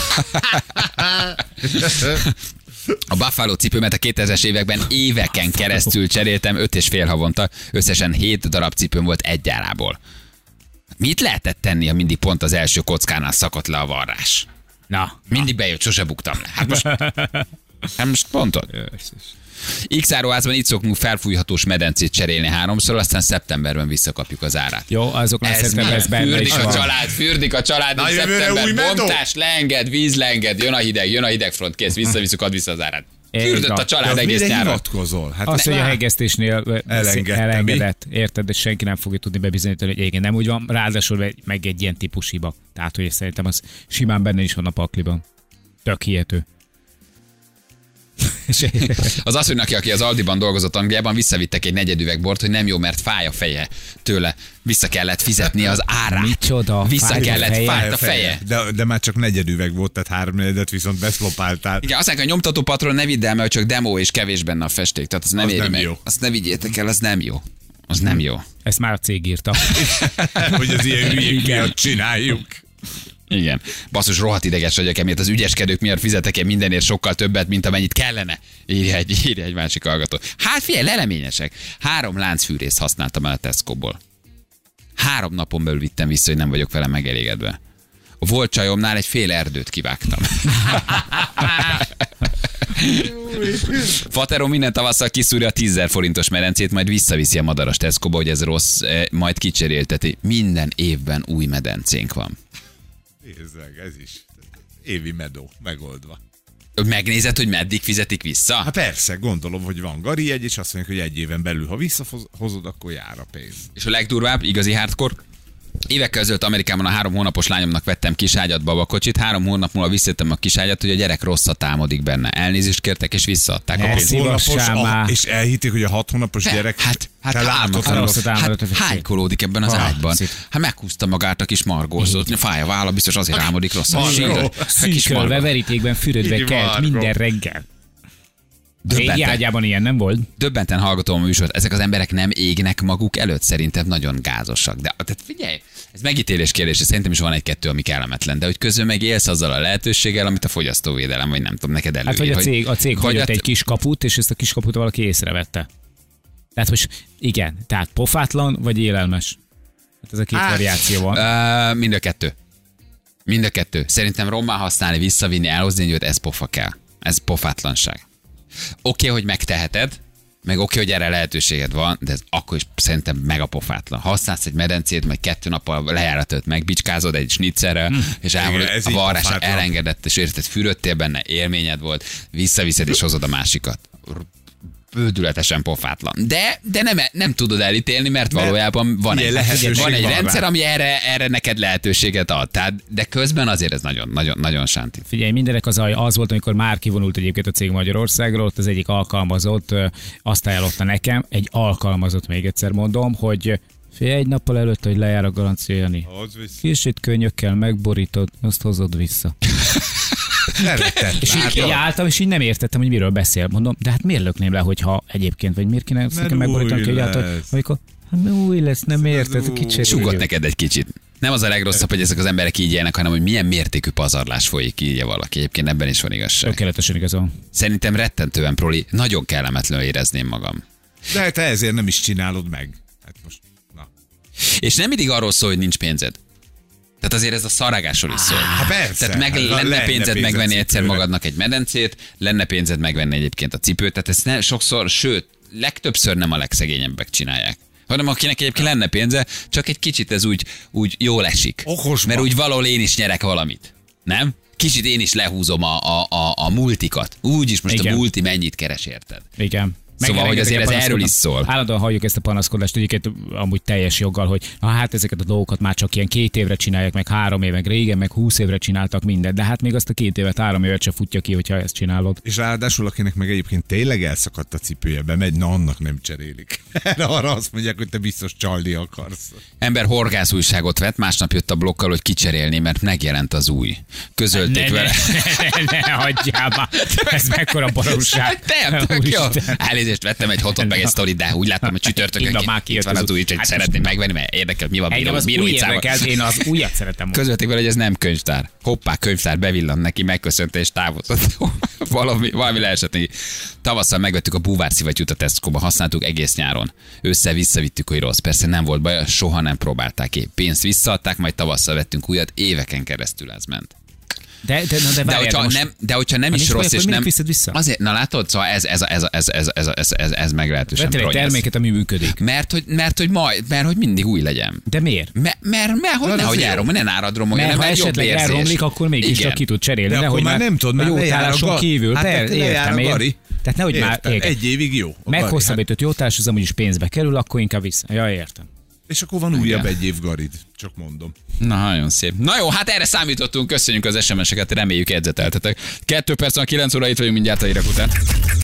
[SPEAKER 1] A Buffalo cipőmet a kétezres években éveken keresztül cseréltem, öt és fél havonta, összesen hét darab cipőm volt egy árából. Mit lehetett tenni, ha mindig pont az első kockánál szakadt le a varrás?
[SPEAKER 2] Na.
[SPEAKER 1] Mindig bejött, sose buktam le. Hát most, hát most mondod. X áruházban itt szoktunk felfújhatós medencét cserélni háromszor, aztán szeptemberben visszakapjuk az árát.
[SPEAKER 2] Jó, azoknál
[SPEAKER 1] Ez
[SPEAKER 2] szerintem
[SPEAKER 1] mi?
[SPEAKER 2] ez benne
[SPEAKER 1] Fürdik
[SPEAKER 2] is
[SPEAKER 1] a
[SPEAKER 2] van.
[SPEAKER 1] család, fürdik a család,
[SPEAKER 3] Na,
[SPEAKER 1] és
[SPEAKER 3] jövőre
[SPEAKER 1] szeptember,
[SPEAKER 3] új medó.
[SPEAKER 1] bontás, leenged, víz leenged, jön a hideg, jön a hidegfront, kész, visszavisszuk, add vissza az árát. Fürdött a
[SPEAKER 2] Igen.
[SPEAKER 1] család
[SPEAKER 3] De
[SPEAKER 1] egész
[SPEAKER 3] mire
[SPEAKER 1] nyáron.
[SPEAKER 3] hivatkozol? Hát
[SPEAKER 2] Azt,
[SPEAKER 3] le-
[SPEAKER 2] hogy a hegesztésnél
[SPEAKER 3] Elengedte,
[SPEAKER 2] elengedett, érted, de senki nem fogja tudni bebizonyítani, hogy igen, nem úgy van, ráadásul meg egy ilyen típus hiba. Tehát, hogy szerintem az simán benne is van a pakliban. Tök hihető.
[SPEAKER 1] Az asszonynak, aki az Aldiban dolgozott Angliában, visszavittek egy negyedüveg bort, hogy nem jó, mert fáj a feje tőle. Vissza kellett fizetni az árát.
[SPEAKER 2] Micsoda?
[SPEAKER 1] Vissza
[SPEAKER 2] Fájt a
[SPEAKER 1] kellett,
[SPEAKER 2] feje?
[SPEAKER 1] fájt a feje.
[SPEAKER 3] De, de már csak negyedüveg volt, tehát háromnegyedet viszont beszlopáltál.
[SPEAKER 1] Igen, azt mondják, hogy a nyomtató patron ne vidd el, mert csak demo és kevés benne a festék. Tehát az nem
[SPEAKER 3] Az
[SPEAKER 1] éri
[SPEAKER 3] nem
[SPEAKER 1] meg.
[SPEAKER 3] jó.
[SPEAKER 1] Azt ne vigyétek el, az nem jó. Az nem jó.
[SPEAKER 2] Ezt már a cég írta.
[SPEAKER 3] Hogy az ilyen hülyék
[SPEAKER 2] Igen.
[SPEAKER 3] miatt csináljuk.
[SPEAKER 1] Igen. Basszus, rohadt ideges vagyok emiatt. Az ügyeskedők miatt fizetek én mindenért sokkal többet, mint amennyit kellene. Írja egy, írja egy másik hallgató. Hát figyelj, leleményesek. Három láncfűrészt használtam el a Tesco-ból. Három napon belül vittem vissza, hogy nem vagyok vele megelégedve. A volt csajomnál egy fél erdőt kivágtam. Fateron minden tavasszal kiszúrja a tízezer forintos medencét, majd visszaviszi a madaras Tesco-ba, hogy ez rossz, eh, majd kicserélteti. Minden évben új medencénk van.
[SPEAKER 3] Nézd meg, ez is. Évi medó, megoldva.
[SPEAKER 1] Megnézed, hogy meddig fizetik vissza?
[SPEAKER 3] Hát persze, gondolom, hogy van Gari egy, és azt mondjuk, hogy egy éven belül, ha visszahozod, akkor jár a pénz.
[SPEAKER 1] És a legdurvább, igazi hardcore, évekkel ezelőtt Amerikában a három hónapos lányomnak vettem kiságyat, babakocsit, három hónap múlva visszatettem a kiságyat, hogy a gyerek rosszat álmodik benne. Elnézést kértek, és visszaadták a
[SPEAKER 2] Ne
[SPEAKER 1] pénzt.
[SPEAKER 2] szívassál
[SPEAKER 3] Hónapos,
[SPEAKER 2] már.
[SPEAKER 3] a, és elhitték, hogy a hat hónapos gyerek...
[SPEAKER 1] Hát, hát,
[SPEAKER 3] te látod,
[SPEAKER 1] álmodtam.
[SPEAKER 3] hogy
[SPEAKER 2] rosszat
[SPEAKER 3] rossz-
[SPEAKER 2] álmodott.
[SPEAKER 1] Hát hánykolódik ebben az
[SPEAKER 2] Ah,
[SPEAKER 1] ágyban.
[SPEAKER 2] szép.
[SPEAKER 1] Hát meghúzta magát a kis margózót. Fáj a válla, biztos azért álmodik rosszat.
[SPEAKER 3] Margó.
[SPEAKER 1] Sír. A kis
[SPEAKER 2] Szűkölve,
[SPEAKER 1] margó.
[SPEAKER 2] verítékben fürödve
[SPEAKER 3] Kiki
[SPEAKER 2] kelt
[SPEAKER 3] Margó.
[SPEAKER 2] minden reggel. Régi
[SPEAKER 1] Döbbenten,
[SPEAKER 2] ágyában ilyen nem volt?
[SPEAKER 1] döbbenten hallgatom a műsort. Ezek az emberek nem égnek maguk előtt, szerintem nagyon gázosak. De tehát figyelj, ez megítélés kérdése, szerintem is van egy-kettő, ami kellemetlen, de hogy közben meg élsz azzal a lehetőséggel, amit a fogyasztóvédelem, vagy nem tudom, neked előír.
[SPEAKER 2] Hát, hogy a cég, a cég
[SPEAKER 1] vagy
[SPEAKER 2] hagyott
[SPEAKER 1] a-
[SPEAKER 2] egy kis kaput, és ezt a kis kaput valaki észrevette. Tehát most igen, tehát pofátlan, vagy élelmes? Hát ez a két
[SPEAKER 3] Á,
[SPEAKER 2] variáció van.
[SPEAKER 1] Ö, mind a kettő. Mind a kettő. Szerintem rommá használni, visszavinni, elhozni, hogy ez pofa kell. Ez pofátlanság. Oké, okay, hogy megteheted, meg oké, okay, hogy erre lehetőséged van, de ez akkor is szerintem mega pofátlan. Használsz egy medencét, majd kettő nappal lejáratot megbicskázod egy snitzerrel, hm. és elmondod,
[SPEAKER 3] Igen, ez
[SPEAKER 1] a
[SPEAKER 3] így
[SPEAKER 1] varrás
[SPEAKER 3] pofátlan.
[SPEAKER 1] elengedett, és érted, fürödtél benne, élményed volt, visszaviszed és hozod a másikat. Bődületesen pofátlan. De, de nem, nem tudod elítélni, mert valójában van egy,
[SPEAKER 3] ilyen lehetőség
[SPEAKER 1] van egy
[SPEAKER 3] van
[SPEAKER 1] rendszer,
[SPEAKER 3] rá.
[SPEAKER 1] ami erre, erre neked lehetőséget ad. Tehát, de közben azért ez nagyon, nagyon, nagyon sánti.
[SPEAKER 2] Figyelj, mindenek az, az volt, amikor már kivonult egyébként a cég Magyarországról, ott az egyik alkalmazott ö, azt ajánlotta nekem, egy alkalmazott, még egyszer mondom, hogy figyelj, egy nappal előtt, hogy lejár a garancia, Jani.
[SPEAKER 3] Az visz-
[SPEAKER 2] Kicsit könnyökkel megborítod, azt hozod vissza.
[SPEAKER 3] Nevetett,
[SPEAKER 2] És így, így
[SPEAKER 3] látod?
[SPEAKER 2] álltam, és így nem értettem, hogy miről beszél. Mondom, de hát miért lökném le, hogyha egyébként, vagy miért kéne ezt
[SPEAKER 3] Mert
[SPEAKER 2] nekem megborítani,
[SPEAKER 3] új
[SPEAKER 2] hogy által,
[SPEAKER 3] lesz.
[SPEAKER 2] amikor hát mert új lesz, nem érted,
[SPEAKER 3] új.
[SPEAKER 2] kicsit.
[SPEAKER 1] Sugott neked egy kicsit. Nem az a legrosszabb, hogy ezek az emberek így élnek, hanem hogy milyen mértékű pazarlás folyik, írja valaki. Egyébként ebben is van igazság.
[SPEAKER 2] Tökéletesen igazol.
[SPEAKER 1] Szerintem rettentően proli, nagyon kellemetlenül érezném magam.
[SPEAKER 3] De te ezért nem is csinálod meg. Hát most, na.
[SPEAKER 1] És nem mindig arról szól, hogy nincs pénzed. Tehát azért ez a szarrágásról is szól.
[SPEAKER 3] Hát persze.
[SPEAKER 1] Tehát meg
[SPEAKER 3] Hát
[SPEAKER 1] lenne,
[SPEAKER 3] lenne
[SPEAKER 1] pénzed
[SPEAKER 3] pénzed
[SPEAKER 1] megvenni egyszer
[SPEAKER 3] cipőre.
[SPEAKER 1] magadnak egy medencét, lenne pénzed megvenni egyébként a cipőt, tehát ezt ne, sokszor, sőt, legtöbbször nem a legszegényebbek csinálják. Hanem akinek egyébként lenne pénze, csak egy kicsit ez úgy, úgy jól esik.
[SPEAKER 3] Okos
[SPEAKER 1] Mert
[SPEAKER 3] van.
[SPEAKER 1] úgy valahol én is nyerek valamit. Nem? Kicsit én is lehúzom a, a, a, a multikat. Úgyis most
[SPEAKER 2] Igen.
[SPEAKER 1] a multi mennyit keres, érted?
[SPEAKER 2] Igen.
[SPEAKER 1] Szóval, hogy azért ez
[SPEAKER 2] Rengeteget
[SPEAKER 1] erről is
[SPEAKER 2] panaszkodnak.
[SPEAKER 1] szól.
[SPEAKER 2] Állandóan halljuk ezt a panaszkodást, egyébként amúgy teljes joggal, hogy na hát ezeket a dolgokat már csak ilyen két évre csinálják, meg három éve, meg régen, meg húsz évre csináltak mindent, de hát még azt a két évet, három évet se futja ki, hogyha ezt csinálod.
[SPEAKER 3] És ráadásul akinek meg egyébként tényleg elszakadt a cipője, bemegy, na annak nem cserélik. Erre arra azt mondják, hogy te biztos csalni akarsz.
[SPEAKER 1] Ember horgász újságot vett, másnap jött a blokkal, hogy kicserélni, mert megjelent az új. Közölték
[SPEAKER 2] Ne, ne,
[SPEAKER 1] vele.
[SPEAKER 2] ne, ne, ne, hagyjál már. Ez mekkora baromság.
[SPEAKER 1] Nem, tök jó.
[SPEAKER 2] Úristen.
[SPEAKER 1] Elnézést, vettem egy hotot, meg egy sztorit, de úgy láttam, hogy csütörtökön
[SPEAKER 2] Innen már
[SPEAKER 1] itt
[SPEAKER 2] kijött
[SPEAKER 1] van
[SPEAKER 2] az
[SPEAKER 1] az új,
[SPEAKER 2] új.
[SPEAKER 1] úgyhogy
[SPEAKER 2] Hát
[SPEAKER 1] szeretném megvenni, mert érdekel, mi van
[SPEAKER 2] Engem
[SPEAKER 1] bíró,
[SPEAKER 2] az új
[SPEAKER 1] bíróicával.
[SPEAKER 2] érdekel, én az újat szeretem mondani.
[SPEAKER 1] Közölték vele, hogy ez nem könyvtár. Hoppá, könyvtár, bevillant neki, megköszönte és távozott. valami, valami leesett neki. Tavasszal megvettük a búvárszivattyút a Tesco-ba, használtuk egész nyáron. Ősszel visszavittük, hogy rossz. Persze nem volt baj, soha nem próbálták ki. Pénzt visszaadták, majd tavasszal vettünk újat, éveken keresztül ez ment.
[SPEAKER 2] De, de, na, de,
[SPEAKER 1] De
[SPEAKER 2] várjál,
[SPEAKER 1] hogyha,
[SPEAKER 2] most-
[SPEAKER 1] nem, de hogyha nem
[SPEAKER 2] Ha
[SPEAKER 1] is
[SPEAKER 2] nincs
[SPEAKER 1] rossz,
[SPEAKER 2] baj,
[SPEAKER 1] és
[SPEAKER 2] akkor
[SPEAKER 1] nem...
[SPEAKER 2] miért viszed vissza?
[SPEAKER 1] Azért, na látod, szóval ez, ez, ez, ez, ez, ez, ez, ez, ez meglehetősen
[SPEAKER 2] Vettél egy
[SPEAKER 1] prony ez.
[SPEAKER 2] terméket, ami működik.
[SPEAKER 1] Mert hogy, mert, hogy majd, mert hogy mindig új legyen.
[SPEAKER 2] De miért?
[SPEAKER 1] Mert, mert, mert hogy
[SPEAKER 3] Na,
[SPEAKER 1] nehogy
[SPEAKER 3] azért
[SPEAKER 1] elromoljon, ne nárad romoljon,
[SPEAKER 2] Mert ha
[SPEAKER 1] mert jobb
[SPEAKER 2] esetleg
[SPEAKER 1] érzés.
[SPEAKER 2] elromlik, akkor mégis
[SPEAKER 1] Igen.
[SPEAKER 2] csak ki tud cserélni.
[SPEAKER 3] De
[SPEAKER 2] Nehogy
[SPEAKER 3] akkor már nem tudod,
[SPEAKER 2] a
[SPEAKER 3] már lejár a
[SPEAKER 2] jótálláson
[SPEAKER 3] gar-
[SPEAKER 2] kívül.
[SPEAKER 3] Hát
[SPEAKER 2] Per,
[SPEAKER 3] akkor lejár
[SPEAKER 2] értem,
[SPEAKER 3] a
[SPEAKER 2] én.
[SPEAKER 3] gari.
[SPEAKER 2] Tehát nehogy már,
[SPEAKER 3] Érted?
[SPEAKER 2] igen.
[SPEAKER 3] Egy évig jó. a gari,
[SPEAKER 2] Meghosszabbított jótársuzam, úgyis pénzbe kerül, akkor inkább vissza. Ja, értem.
[SPEAKER 3] hát. És akkor van újabb egy év garid. Csak mondom.
[SPEAKER 1] Na, nagyon szép. Na jó, hát erre számítottunk, köszönjük az es em es-eket, reméljük edzeteltetek. Kettő perc van, kilenc óra, itt vagyunk mindjárt a hírek után.